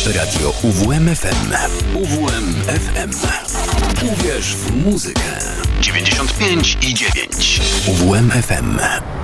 Radio UWMFM. UWMFM. Uwierz w muzykę. 95,9. UWMFM.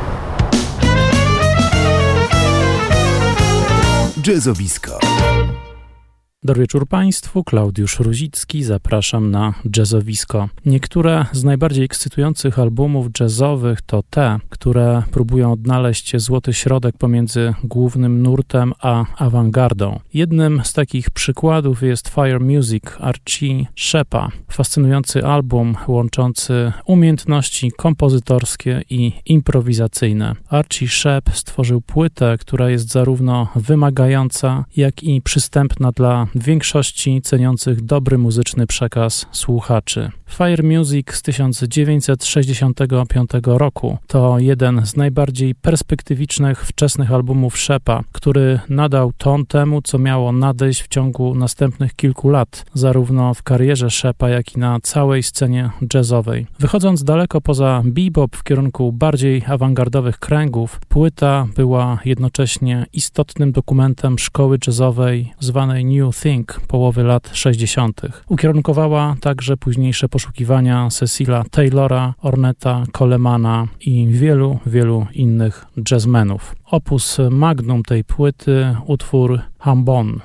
Jazzowisko. Dobry wieczór Państwu, Klaudiusz Ruzicki, zapraszam na Jazzowisko. Niektóre z najbardziej ekscytujących albumów jazzowych to te, które próbują odnaleźć złoty środek pomiędzy głównym nurtem a awangardą. Jednym z takich przykładów jest Fire Music Archie Shepa, fascynujący album łączący umiejętności kompozytorskie i improwizacyjne. Archie Shep stworzył płytę, która jest zarówno wymagająca, jak i przystępna dla większości ceniących dobry muzyczny przekaz słuchaczy. Fire Music z 1965 roku to jeden z najbardziej perspektywicznych wczesnych albumów Shepa, który nadał ton temu, co miało nadejść w ciągu następnych kilku lat, zarówno w karierze Shepa, jak i na całej scenie jazzowej. Wychodząc daleko poza bebop w kierunku bardziej awangardowych kręgów, płyta była jednocześnie istotnym dokumentem szkoły jazzowej zwanej New Thing połowy lat 60. Ukierunkowała także późniejsze poszukiwania Cecila Taylora, Ornetta Colemana i wielu innych jazzmenów. Opus magnum tej płyty, utwór Hambone.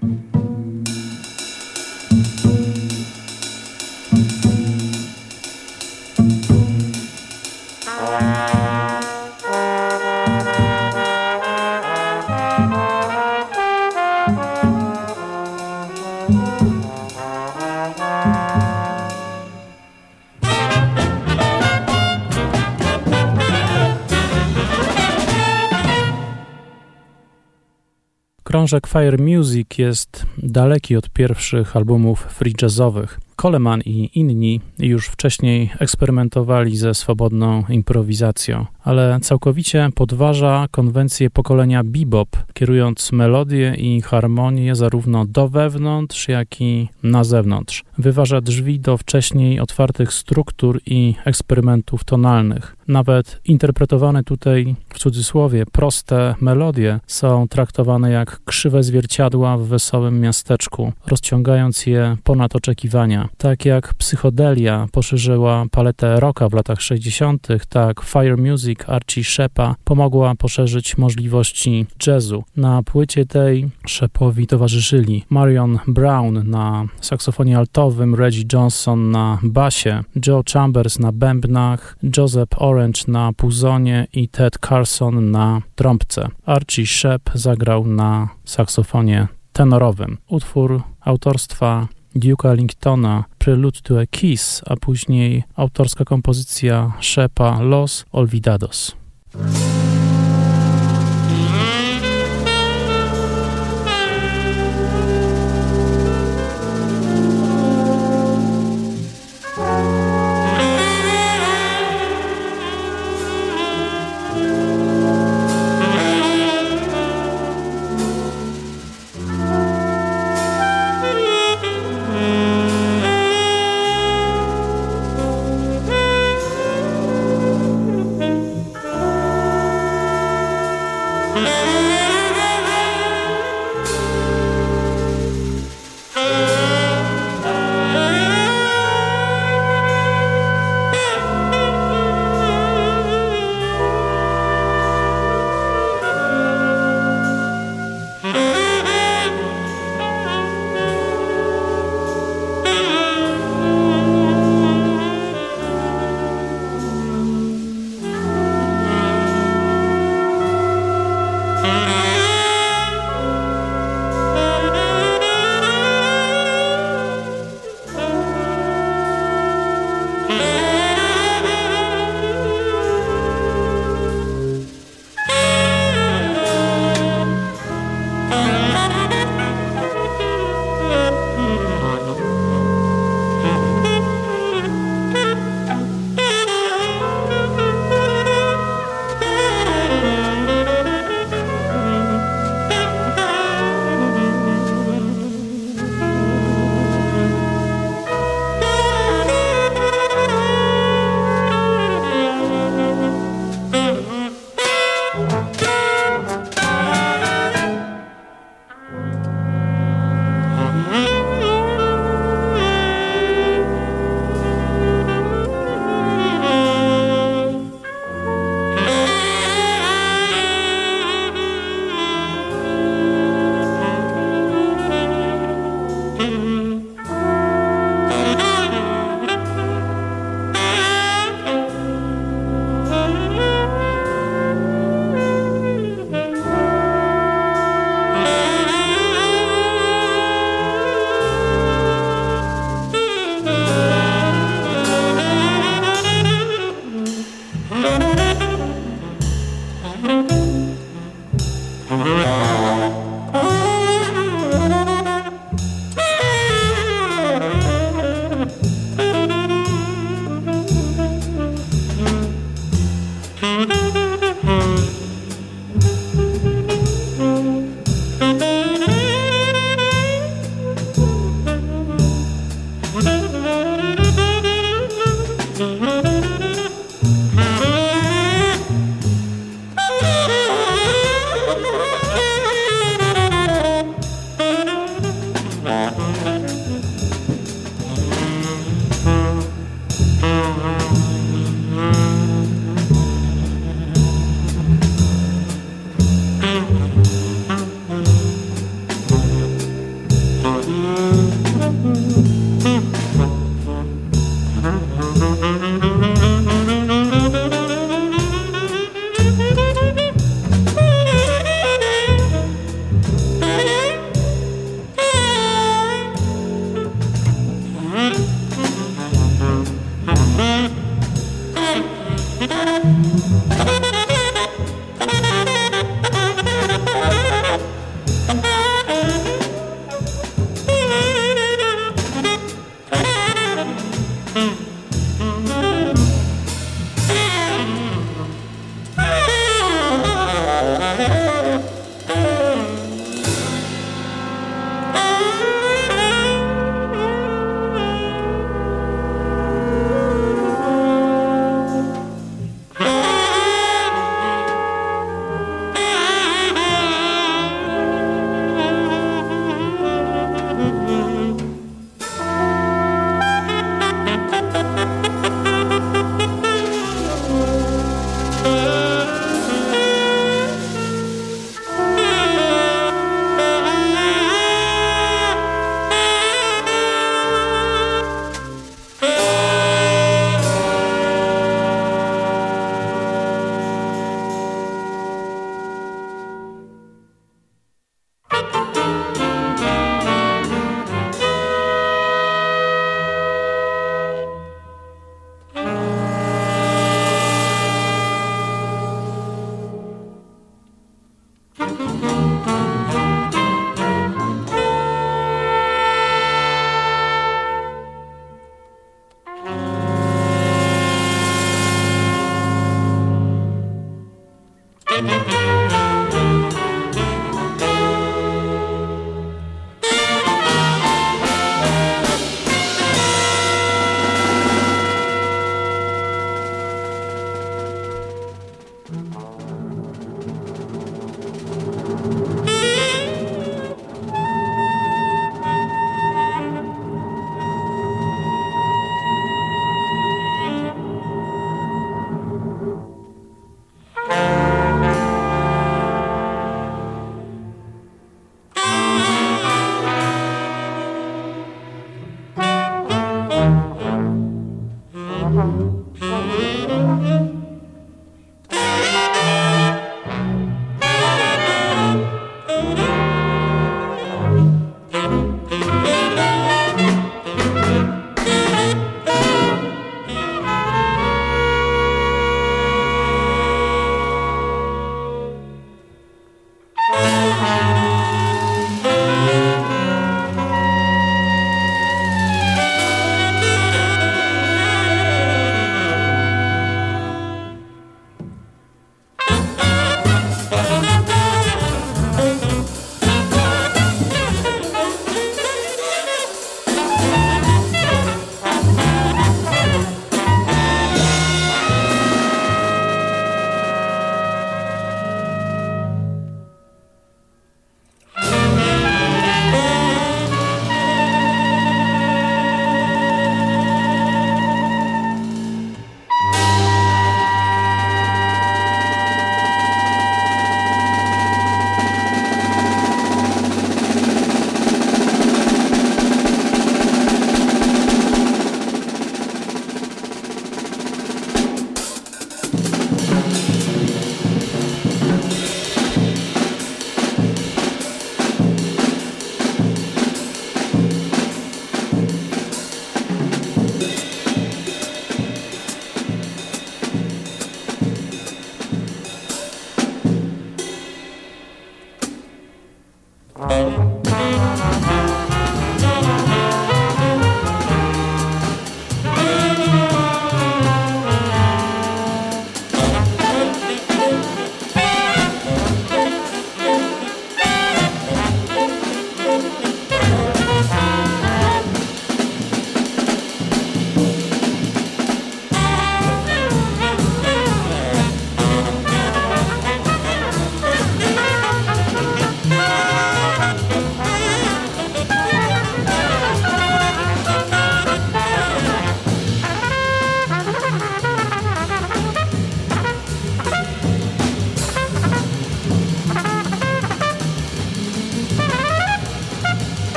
Krążek Fire Music jest daleki od pierwszych albumów free jazzowych. Coleman i inni już wcześniej eksperymentowali ze swobodną improwizacją, ale całkowicie podważa konwencję pokolenia bebop, kierując melodię i harmonię zarówno do wewnątrz, jak i na zewnątrz. Wyważa drzwi do wcześniej otwartych struktur i eksperymentów tonalnych. Nawet interpretowane tutaj, w cudzysłowie, proste melodie są traktowane jak krzywe zwierciadła w wesołym miasteczku, rozciągając je ponad oczekiwania. Tak jak psychodelia poszerzyła paletę rocka w latach 60., tak Fire Music Archie Shepa pomogła poszerzyć możliwości jazzu. Na płycie tej Shepowi towarzyszyli Marion Brown na saksofonie altowym, Reggie Johnson na basie, Joe Chambers na bębnach, Joseph Orange na puzonie i Ted Carson na trąbce. Archie Shep zagrał na saksofonie tenorowym. Utwór autorstwa Duke'a Ellingtona, Prelude to a Kiss, a później autorska kompozycja Shepa Los Olvidados.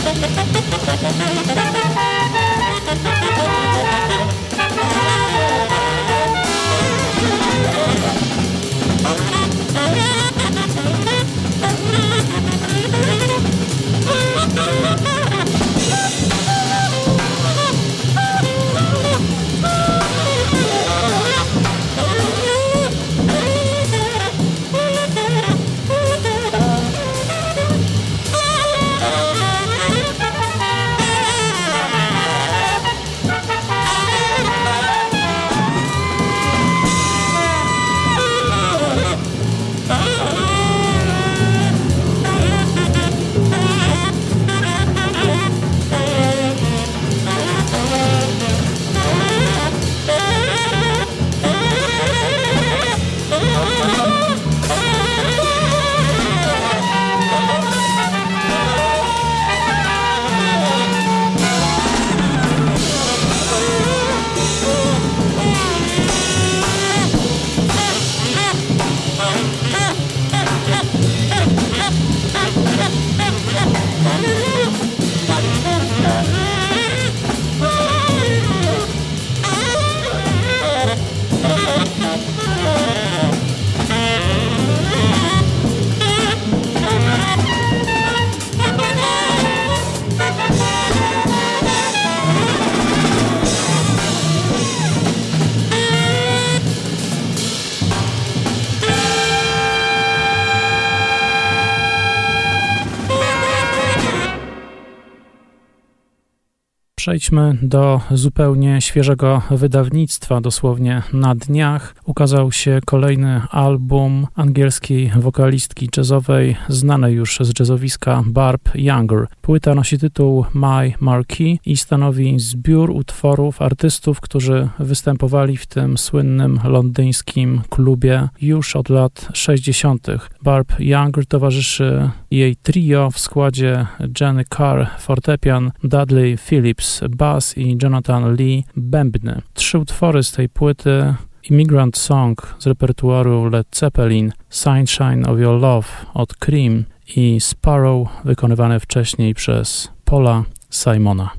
Przejdźmy do zupełnie świeżego wydawnictwa. Dosłownie na dniach ukazał się kolejny album angielskiej wokalistki jazzowej, znanej już z jazzowiska Barb Younger. Płyta nosi tytuł My Marquee i stanowi zbiór utworów artystów, którzy występowali w tym słynnym londyńskim klubie już od lat 60. Barb Younger towarzyszy jej trio w składzie Jenny Carr fortepian, Dudley Phillips bass i Jonathan Lee bębny. 3 utwory z tej płyty: Immigrant Song z repertuaru Led Zeppelin, Sunshine of Your Love od Cream i Sparrow wykonywane wcześniej przez Paula Simona.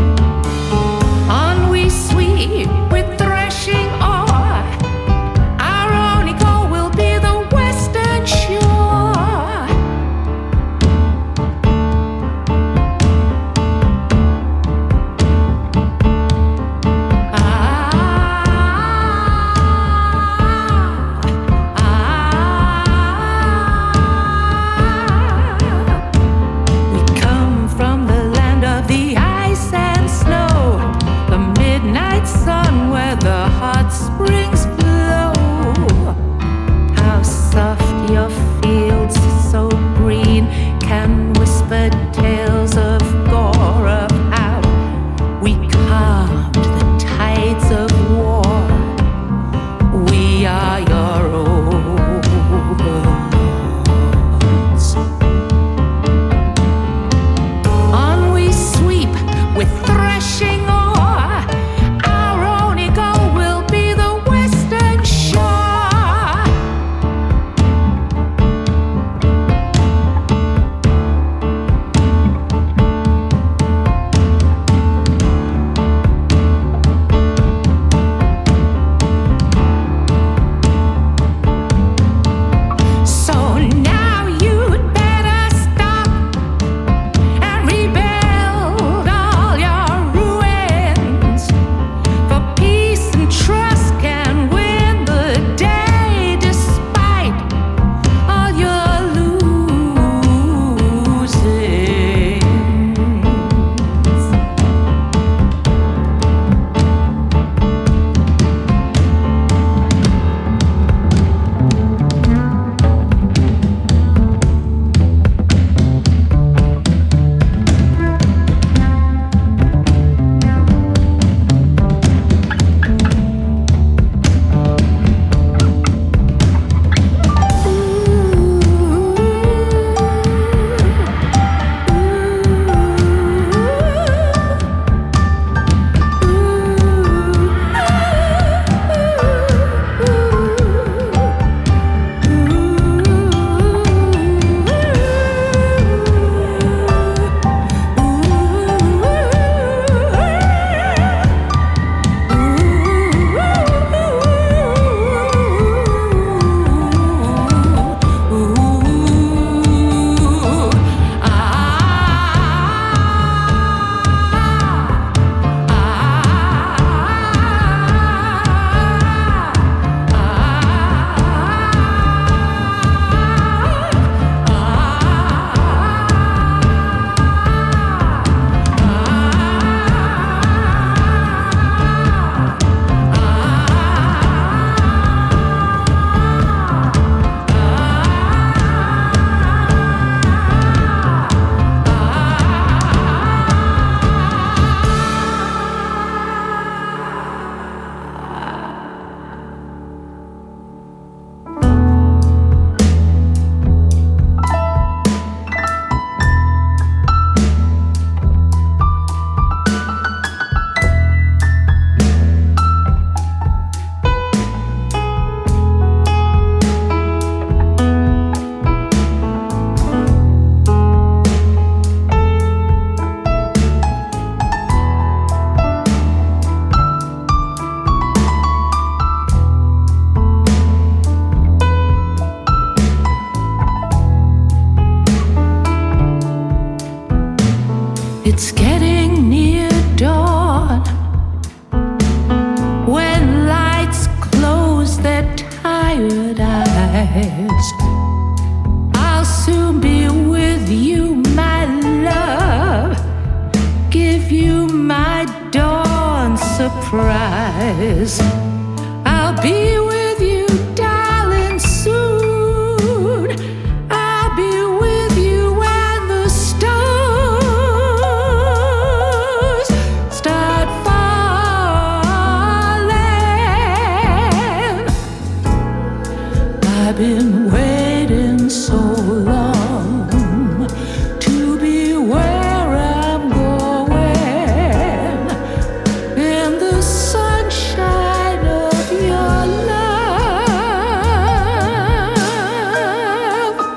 With threshing ore, skies. I'll be with you, darling, soon. I'll be with you when the stars start falling. I've been waiting so long to be where I'm going in the sunshine of your love.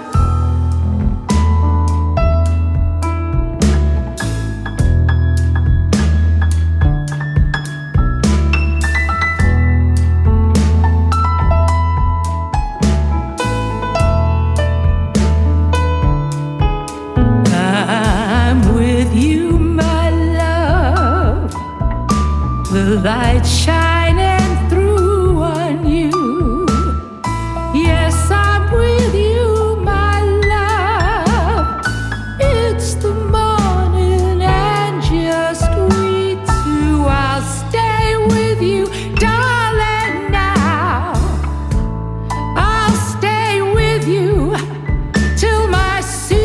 I'm with you, my love, the light shining through on you. Yes, I'm with you, my love. It's the morning and just we two. I'll stay with you, darling, now. I'll stay with you till my seas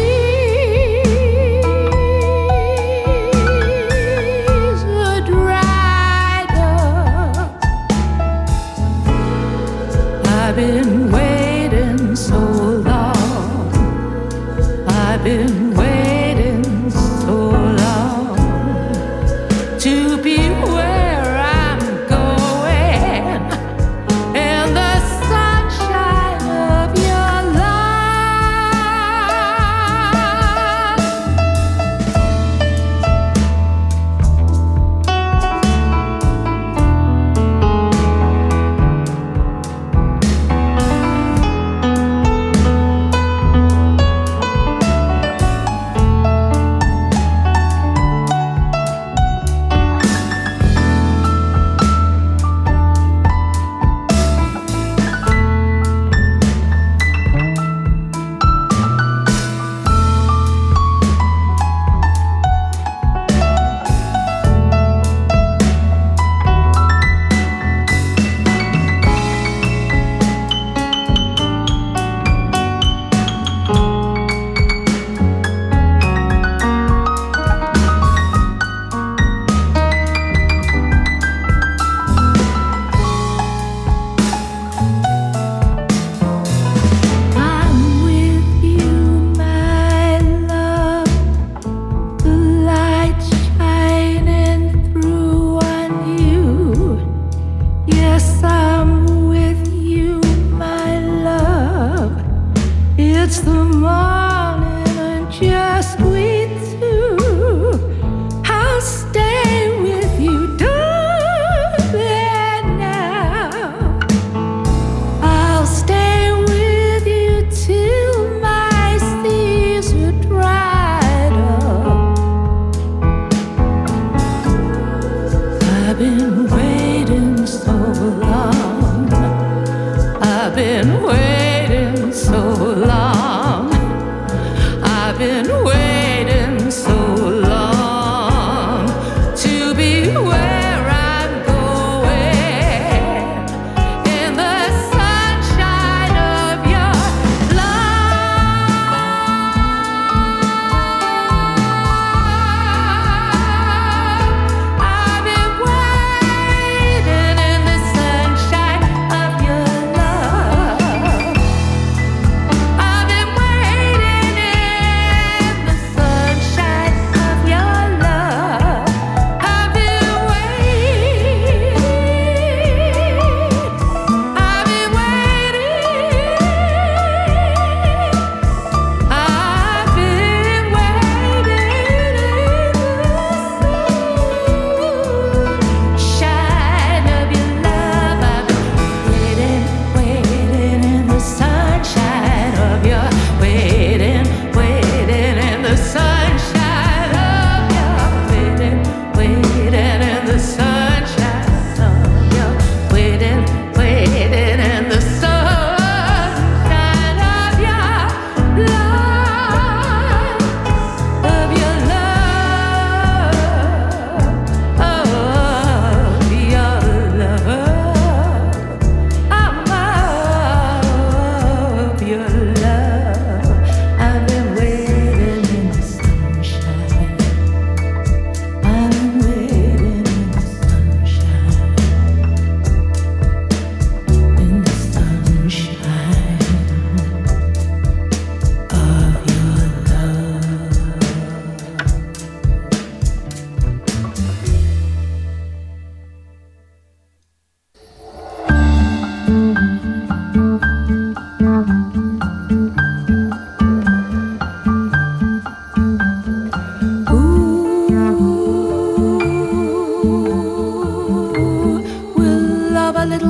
are dried up.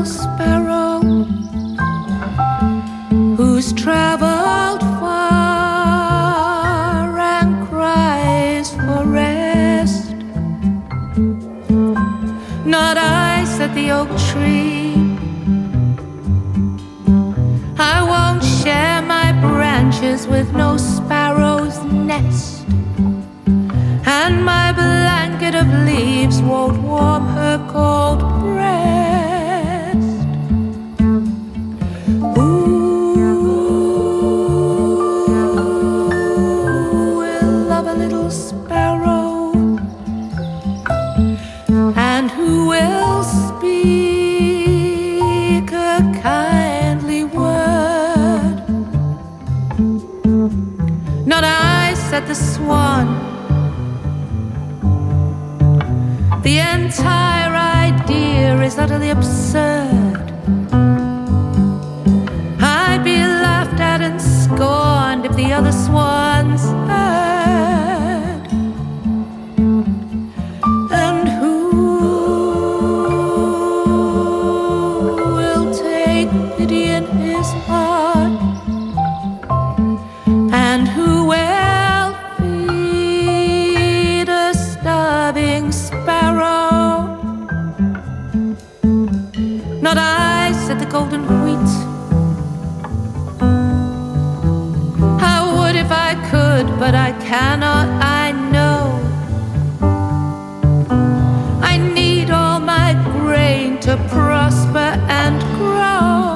little sparrow who's traveled far and cries for rest. Not I, said the oak tree, I won't share my branches with no sparrow's nest, and my blanket of leaves won't warm her cold breast. Who will love a little sparrow, and who will speak a kindly word? Not I, said the swan, the entire idea is utterly absurd. I'd be laughed at and scorned if the other swans heard. And who will take pity in his heart, and who will feed a starving sparrow? Not I, said the golden wheat, I would if I could, but I cannot, I know. I need all my grain to prosper and grow.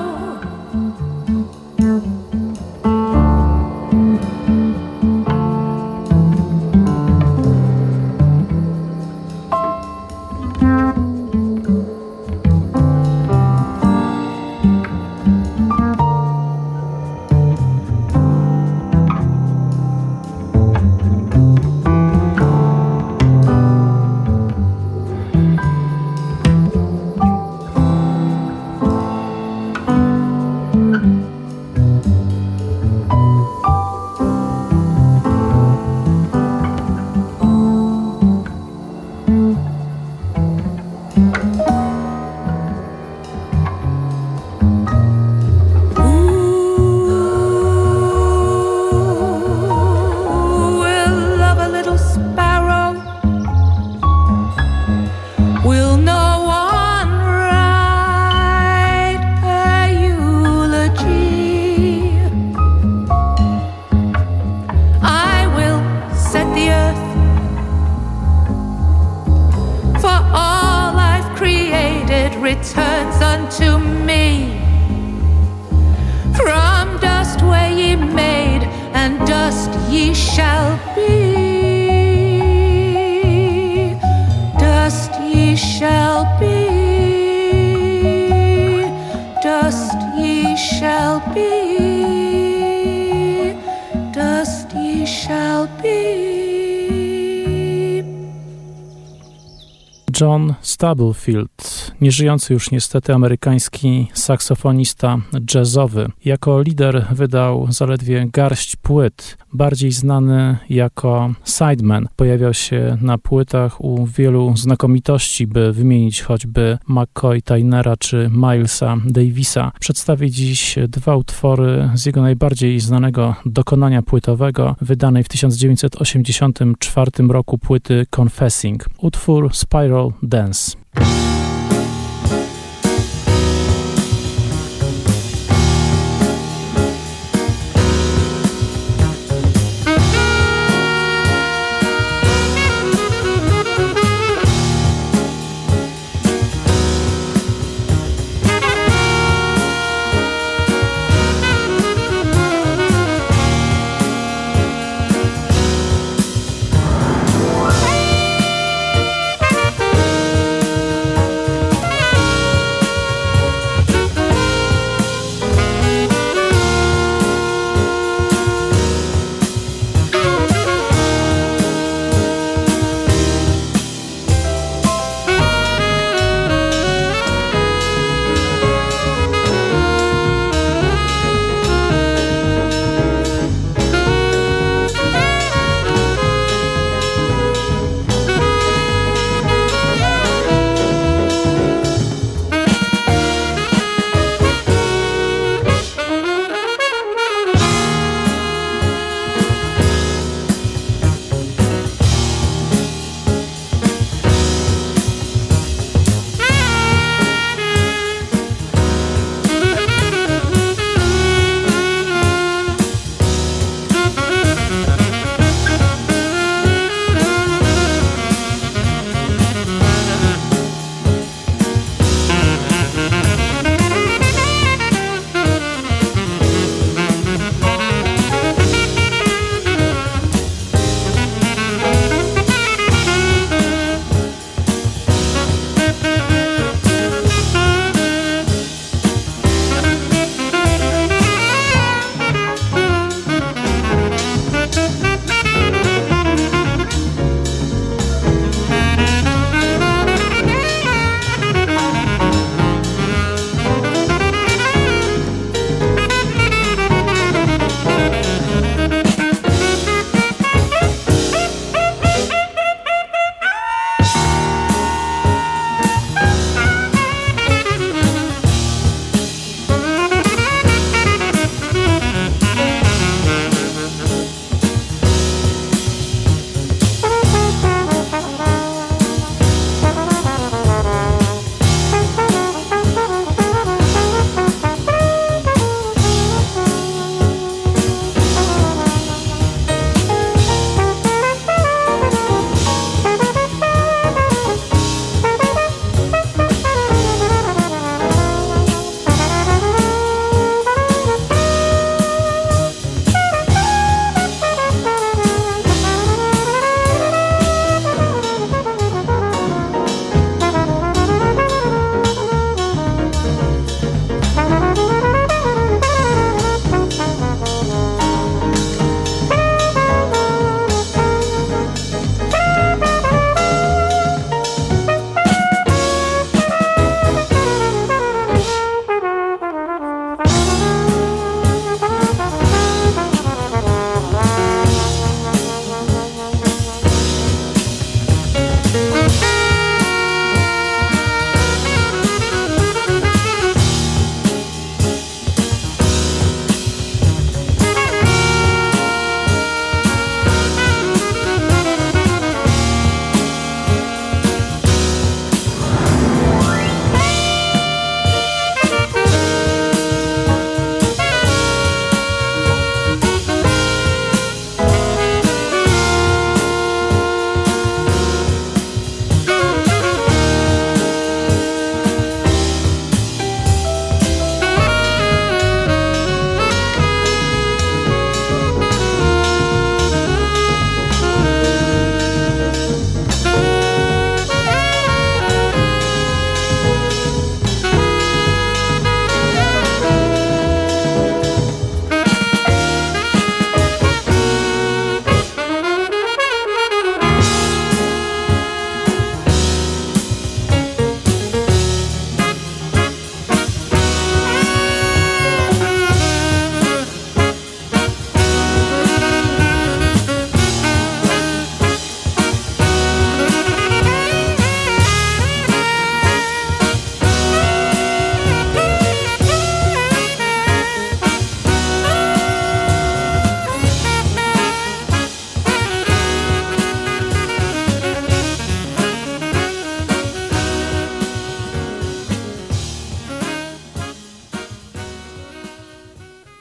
Returns unto me from dust where ye made, and dust ye shall be. Dust ye shall be. Dust ye shall be. Dust ye shall be. John Stubblefield, nieżyjący już niestety amerykański saksofonista jazzowy. Jako lider wydał zaledwie garść płyt. Bardziej znany jako sideman. Pojawiał się na płytach u wielu znakomitości, by wymienić choćby McCoy Tynera czy Milesa Davisa. Przedstawię dziś dwa utwory z jego najbardziej znanego dokonania płytowego, wydanej w 1984 roku płyty Confessing. Utwór Spiral Dance.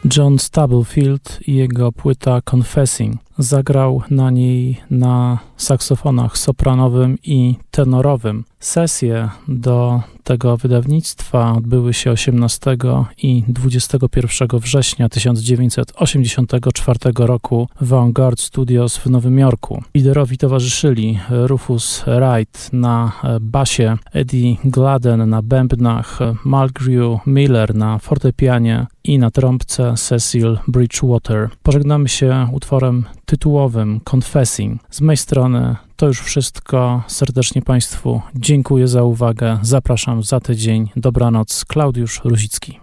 John Stubblefield i jego płyta Confessing. Zagrał na niej na saksofonach sopranowym i tenorowym. Sesje do tego wydawnictwa odbyły się 18 i 21 września 1984 roku w Vanguard Studios w Nowym Jorku. Liderowi towarzyszyli Rufus Wright na basie, Eddie Gladden na bębnach, Mulgrew Miller na fortepianie i na trąbce Cecil Bridgewater. Pożegnamy się utworem tytułowym Confessing. Z mojej strony to już wszystko. Serdecznie Państwu dziękuję za uwagę. Zapraszam za tydzień. Dobranoc. Klaudiusz Ruzicki.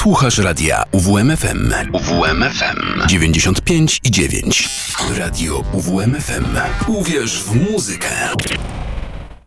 Słuchasz radia UWMFM. UWMFM 95,9. Radio UWMFM. Uwierz w muzykę.